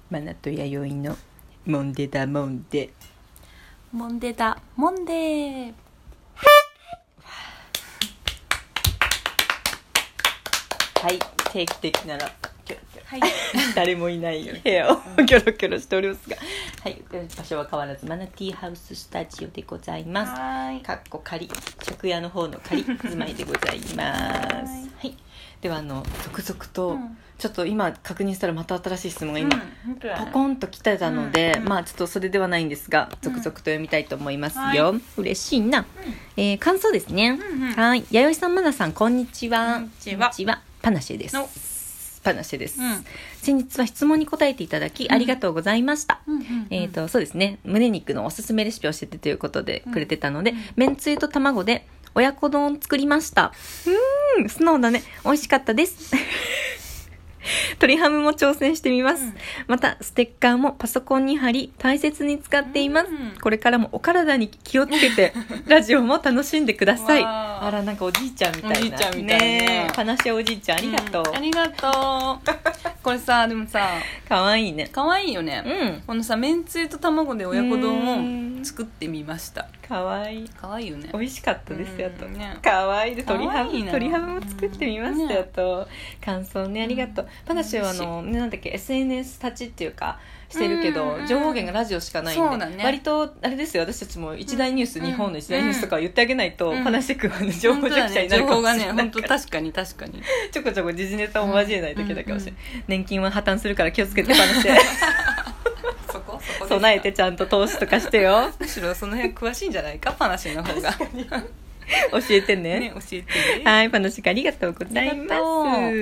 マナと弥生のモンデだモンデ。 モンデだモンデ。 はい、定期的ならはい、 誰もいない部屋をキョロキョロしておりますが、はい、場所は変わらずマナティーハウススタジオでございます。かっこ仮、食屋の方の仮住まいでございます。はい、では続々と、ちょっと今確認したらまた新しい質問が今、ポコンと来てたので、まあちょっとそれではないんですが、続々と読みたいと思いますよ。嬉しいな。感想ですね。はい、弥生さん、マナさん、こんにちは。こんにちは。パナシェです。パナシェです。先日は質問に答えていただきありがとうございました。そうですね、胸肉のおすすめレシピを教えてということでくれてたので、めんつゆと卵で親子丼を作りました。素直だね。美味しかったです。鶏ハムも挑戦してみます。またステッカーもパソコンに貼り大切に使っています。これからもお体に気をつけてラジオも楽しんでください。あら、なんかおじいちゃんみたいな。おじいちゃんみたいね。話おじいちゃん、ありがとう。 ありがとう。これさ、でもさ、 かわいいね。 かわいいよね。このさ、めんつゆと卵で親子丼を作ってみました。 かわいい。 かわいいよね。 美味しかったですよと。かわいいで、鶏ハムも作ってみましたよと。感想ね、ありがとう。パナシはなんだっけ、 SNS 立ちっていうかしてるけど、情報源がラジオしかないんで、割とあれですよ、私たちも一大ニュース、日本の一大ニュースとか言ってあげないと、パナシ君は情報弱者になるかもしれない。情報がね、本当確かにちょこちょこ時事ネタも交えないといけないかもしれない。年金は破綻するから気をつけて、パナシ備えてちゃんと投資とかしてよ。 むしろその辺詳しいんじゃないか、パナシの方が。 教えてね。 教えてね。 はい、パナシありがとうございます。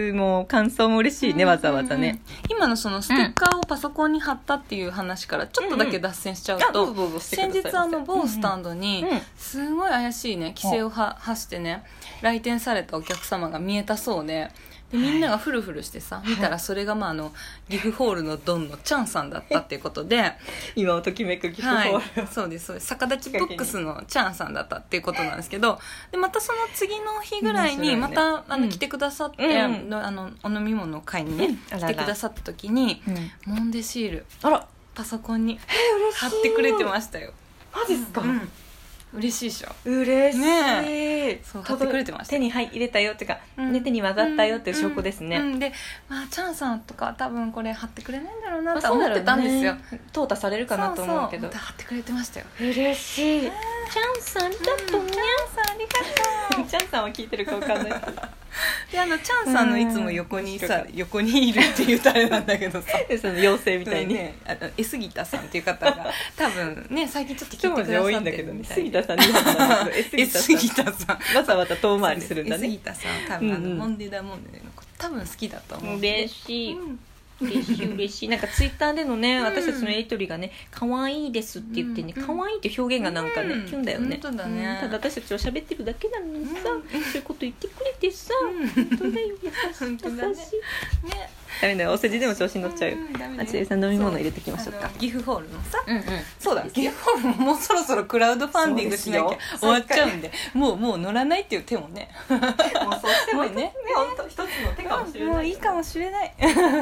もう感想も嬉しいね、わざわざね。 今のそのステッカーをパソコンに貼ったっていう話からちょっとだけ脱線しちゃうと、先日某スタンドにすごい怪しいね、規制を発してね、来店されたお客様が見えたそうで、みんながフルフルしてさ、見たらそれが岐阜ホールのドンのチャンさんだったっていうことで、 今をときめく岐阜ホール、 そうです、逆立ちブックスのチャンさんだったっていうことなんですけど、でまたその次の日ぐらいにまた来てくださって、お飲み物の会にね来てくださった時に、モンデシールパソコンに貼ってくれてましたよ。 マジですか？ 嬉しいでしょ。 嬉しいね。そう、貼ってくれてました。 手に入れたよっていうか、手に渡ったよっていう証拠ですね。 で、チャンさんとか多分これ貼ってくれないんだろうなと思ってたんですよ。 淘汰されるかなと思うけど、 貼ってくれてましたよ。 嬉しい。チャンさんありがとう。チャンさんありがとう。チャンさんは聞いてるかわかんないけど。 でチャンさんのいつも横にいるって言うとあれなんだけどさ、 その妖精みたいにね、江杉田さんっていう方が多分ね、最近ちょっと聞いてくださってるみたいで、 江杉田さんわざわざ遠回りするんだね。 江杉田さん多分モンデだモンデの多分好きだと思う。 嬉しい。嬉しい。なんかツイッターでのね、私たちのやりとりがね、可愛いですって言ってね、可愛いって表現がなんかね、キュンだよね。 本当だね。 ただ私たちは喋ってるだけなのにさ、そういうこと言ってくれてさ、本当だよ、優しい。ね。ダメだよ、お世辞でも調子に乗っちゃうよ。あちらさん、飲み物入れてきましょうか。 岐阜ホールのさ、そうだ、岐阜ホールももうそろそろクラウドファンディングしなきゃ終わっちゃうんで、もう乗らないっていう手もね、もうそうしてもね、 本当一つの手かもしれない。 もういいかもしれない。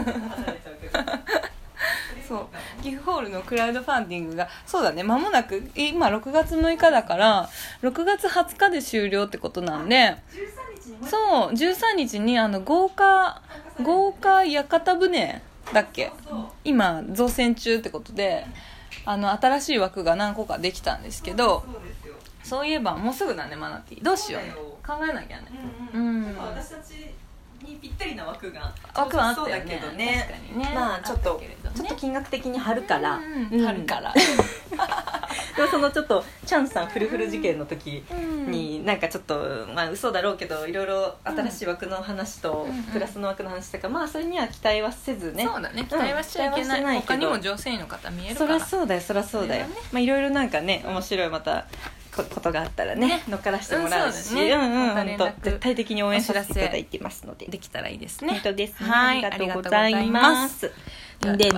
そう、岐阜ホールのクラウドファンディングがそうだね、間もなく今6月6日だから6月20日で終了ってことなんで、そう13日に豪華屋形船だっけ、今造船中ってことで新しい枠が何個かできたんですけど、そういえばもうすぐだね、マナティどうしよう、考えなきゃね。 私たちにぴったりな枠があったそうだけどね。 確かにね。 まあちょっと金額的に張るから張るから。 でもそのちょっとチャンさんフルフル事件の時になんかちょっと嘘だろうけどいろいろ新しい枠の話とプラスの枠の話とか、まあそれには期待はせずね。 そうだね、期待はしちゃいけない。他にも女性の方見えるから。 そりゃそうだよ。まあいろいろなんかね、面白いまたことがあったらね乗っからしてもらうし、絶対的に応援させていただいてますので、 できたらいいですね。 本当ですね。 ありがとうございます。んで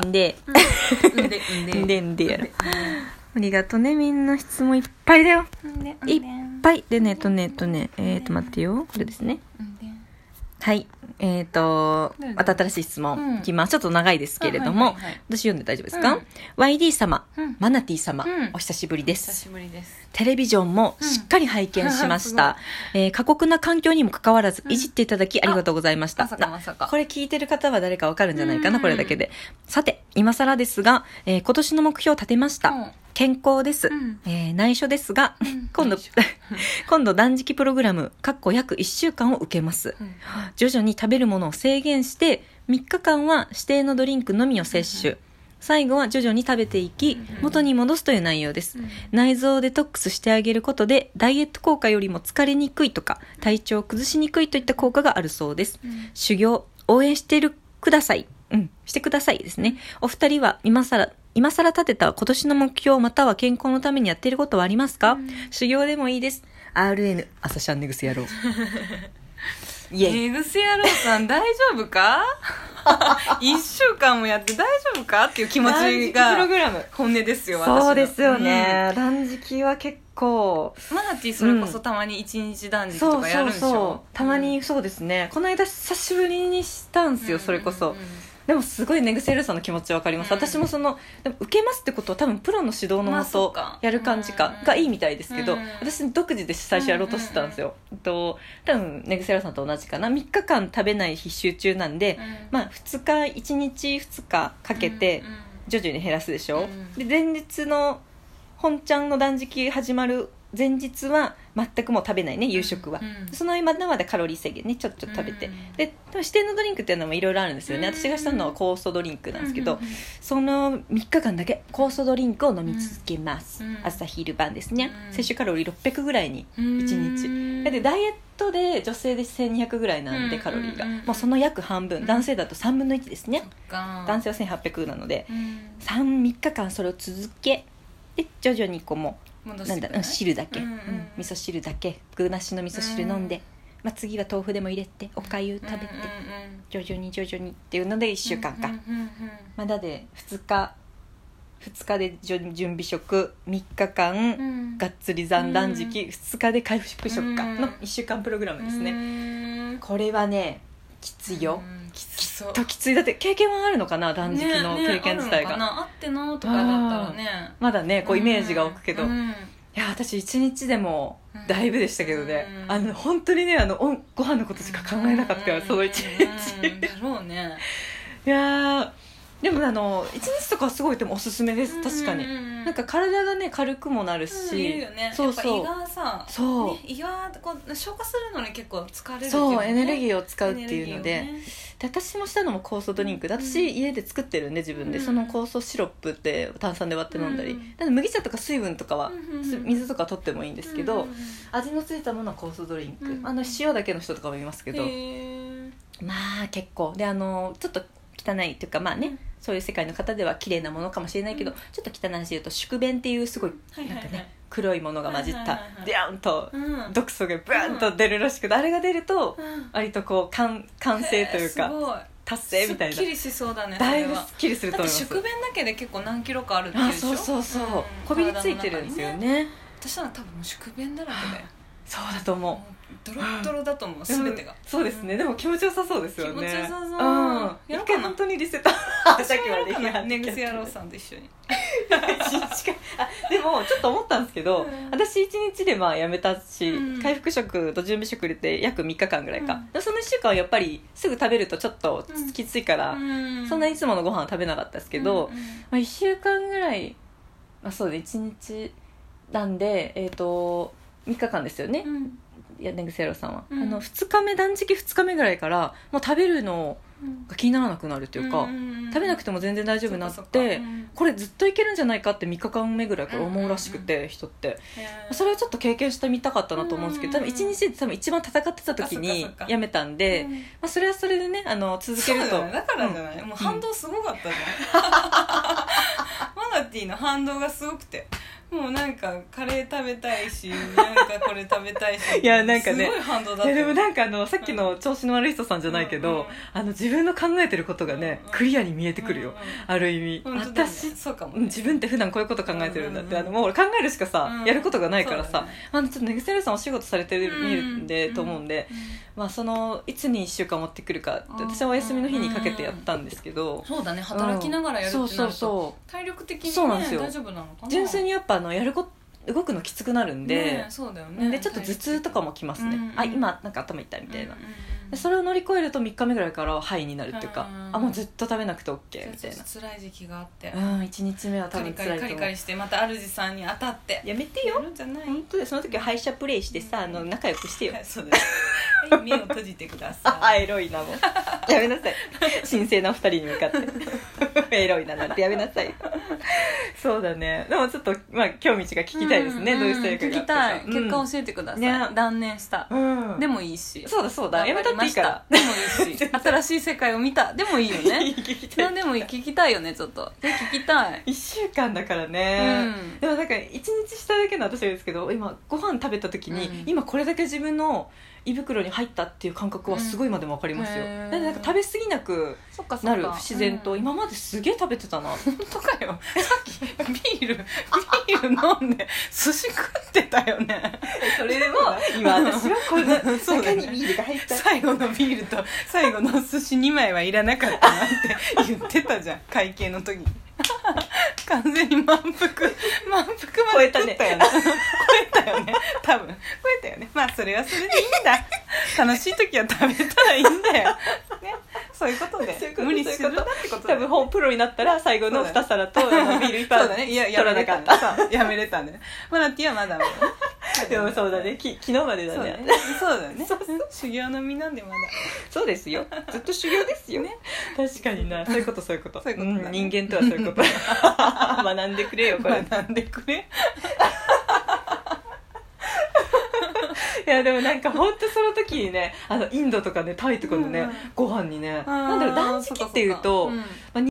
ありがとうね、みんな質問いっぱいだよ。いっぱいでね待ってよ、これですね。はい、 また新しい質問いきます。ちょっと長いですけれども、私読んで大丈夫ですか？ YD 様、マナティ様、お久しぶりです。 久しぶりです。 テレビジョンもしっかり拝見しました。過酷な環境にもかかわらずいじっていただきありがとうございました。これ聞いてる方は誰かわかるんじゃないかな、これだけで。さて、今更ですが、今年の目標を立てました。健康です。内緒ですが、今度断食プログラム、約1週間を受けます。徐々に食べるものを制限して、3日間は指定のドリンクのみを摂取。最後は徐々に食べていき、元に戻すという内容です。内臓デトックスしてあげることで、ダイエット効果よりも疲れにくいとか、体調を崩しにくいといった効果があるそうです。修行、応援してください。してくださいですね。お二人は今更立てた今年の目標または健康のためにやっていることはありますか？修行でもいいです。RN 朝シャンネグス野郎。 ネグス野郎さん大丈夫か？1週間もやって大丈夫かっていう気持ちがプログラム本音ですよ。私のそうですよね、断食は結構マナティそれこそたまに1日断食とかやるんでしょ？ そうたまにそうですね。この間久しぶりにしたんですよ、それこそ。でもすごいネグセルさんの気持ちわかります。私もでも受けますってことは多分プロの指導のもとやる感じがいいみたいですけど、私独自で最初やろうとしてたんですよ。多分ネグセルさんと同じかな。3日間食べない日集中なんで、2日1日2日かけて徐々に減らすでしょ。で前日の本ちゃんの断食始まる前日は全くもう食べないね、夕食は。その今までカロリー制限ね、ちょっと食べて。で指定のドリンクっていうのもいろいろあるんですよね。私がしたのは酵素ドリンクなんですけど、その3日間だけ酵素ドリンクを飲み続けます。朝昼晩ですね。摂取カロリー600ぐらいに1日で、ダイエットで女性で1200ぐらいなんでカロリーがもうその約半分、男性だと3分の1ですね。男性は1800なので3日間それを続けで、徐々にもう汁だけ、味噌汁だけ、具なしの味噌汁飲んで、次は豆腐でも入れておかゆ食べて、徐々にっていうので1週間か、まだで2日で準備食、3日間、がっつり残断食、2日で回復食かの1週間プログラムですね。これはねきついよ。きつい。だって経験はあるのかな、断食の経験自体が。 あってのとかだったらね、 まだねイメージが湧くけど、いや私1日でもだいぶでしたけどね、本当にねご飯のことしか考えなかったよ、その1日。 だろうね。 いやでも1日とかはすごいでもおすすめです。確かになんか体がね軽くもなるし、 いいよね。やっぱ胃がさ、胃が消化するのに結構疲れるっていうね。そうエネルギーを使うっていうので、私もしたのも酵素ドリンクで、私家で作ってるんで自分で、その酵素シロップって炭酸で割って飲んだり、麦茶とか水分とかは水とか取ってもいいんですけど、味のついたものは酵素ドリンク、塩だけの人とかもいますけど、結構でちょっと汚いというかそういう世界の方では綺麗なものかもしれないけど、ちょっと汚い話で言うと宿便っていうすごいなんかね黒いものが混じったビャーンと毒素がブーンと出るらしくて、あれが出ると割と完成というか達成みたいな。 すっきりしそうだね。 だいぶすっきりすると思います。 だって宿便だけで結構何キロかあるっていうでしょ。 そうこびりついてるんですよね。 私は多分宿便だらけだよ。 そうだと思う。 ドロッドロだと思う、全てが。 そうですね。でも気持ちよさそうですよね。 気持ちよさそう。 やろうかな。本当にリセット。 私もやろうかな。ネグス野郎さんと一緒に。 でもちょっと思ったんですけど、私1日でやめたし、回復食と準備食入れて約3日間ぐらいか。その1週間はやっぱりすぐ食べるとちょっときついから、そんないつものご飯は食べなかったですけど、1週間ぐらい、そうで1日なんで3日間ですよね。ネグセロさんは、2日目断食2日目ぐらいからもう食べるのが気にならなくなるというか、食べなくても全然大丈夫になって、これずっといけるんじゃないかって3日間目ぐらいから思うらしくて、人ってそれはちょっと経験してみたかったなと思うんですけど、多分1日で多分一番戦ってた時にやめたんで、それはそれでね続けると、 だからじゃない、もう反動すごかったじゃん。マナティーの反動がすごくて、 もうなんかカレー食べたいしなんかこれ食べたいしいやなんかねすごい反動だったいやでもなんかさっきの調子の悪い人さんじゃないけど、自分の考えてることがね、クリアに見えてくるよ、ある意味、私そうかも、ね、 自分って普段こういうこと考えてるんだって、もう考えるしかさ、やることがないからさ、ちょっとネグセルさんお仕事されてるんで、と思うんで、まあそのいつに1週間持ってくるかって私はお休みの日にかけてやったんですけど、 そうだね、働きながらやるってなると、そう体力的に、ね、 そうなんですよ、 大丈夫なのかな。 純粋にやっぱやること動くのきつくなるんで、 ね、そうだよね、 でちょっと頭痛とかもきますね、今なんか頭痛いみたいな、でそれを乗り越えると3日目ぐらいからハイになるっていうか、もうずっと食べなくて OK みたいな。 辛い時期があって、 1日目は多分辛いと思う。 カリカリしてまた主さんに当たってやめてよ、本当でその時は敗者プレイしてさ、仲良くしてよ。 そうですはい、目を閉じてください。 エロいな、もうやめなさい神聖な2人に向かってエロいななんてやめなさいそうだね、でもちょっとまあ今日道が聞きたいですね、どういうスタイルか聞きたい、結果教えてください、ね、断念した、でもいいし、 そうだやめたっていいからでもいいし新しい世界を見たでもいいよね何でもいい、聞きたいよね、ちょっと聞きたい。 1週間だからね、でもなんか1日しただけの私はですけど、今ご飯食べた時に、今これだけ自分の胃袋に入ったっていう感覚はすごい今でも分かりますよ、なんか食べ過ぎなくなる、自然と、今まですげえ食べてたな。 本当かよ、さっきビール飲んで寿司食ってたよね。 それでも今私はこの中にビールが入った、 最後のビールと最後の寿司2枚はいらなかったなって言ってたじゃん会計の時に完全に満腹まで超えたね、 超えたよね多分超えたよね。まあそれはそれでいいんだ楽しい時は食べたらいいんだよ、ね、そういうことで無理するなってことだ、ね、 多分プロになったら最後の2皿とビールいっぱい取らなかった、 やめれたね。マナティはまだまだでもそうだね、昨日までだね。 そうだね修行の身なんでまだ。 そうですよ、ずっと修行ですよね。確かにな、そういうこと人間とはそういうこと学んでくれよ、これ学んでくれいやでもなんか本当その時にね、インドとかねタイとかのね、ご飯にね、なんだろう、断食っていうと、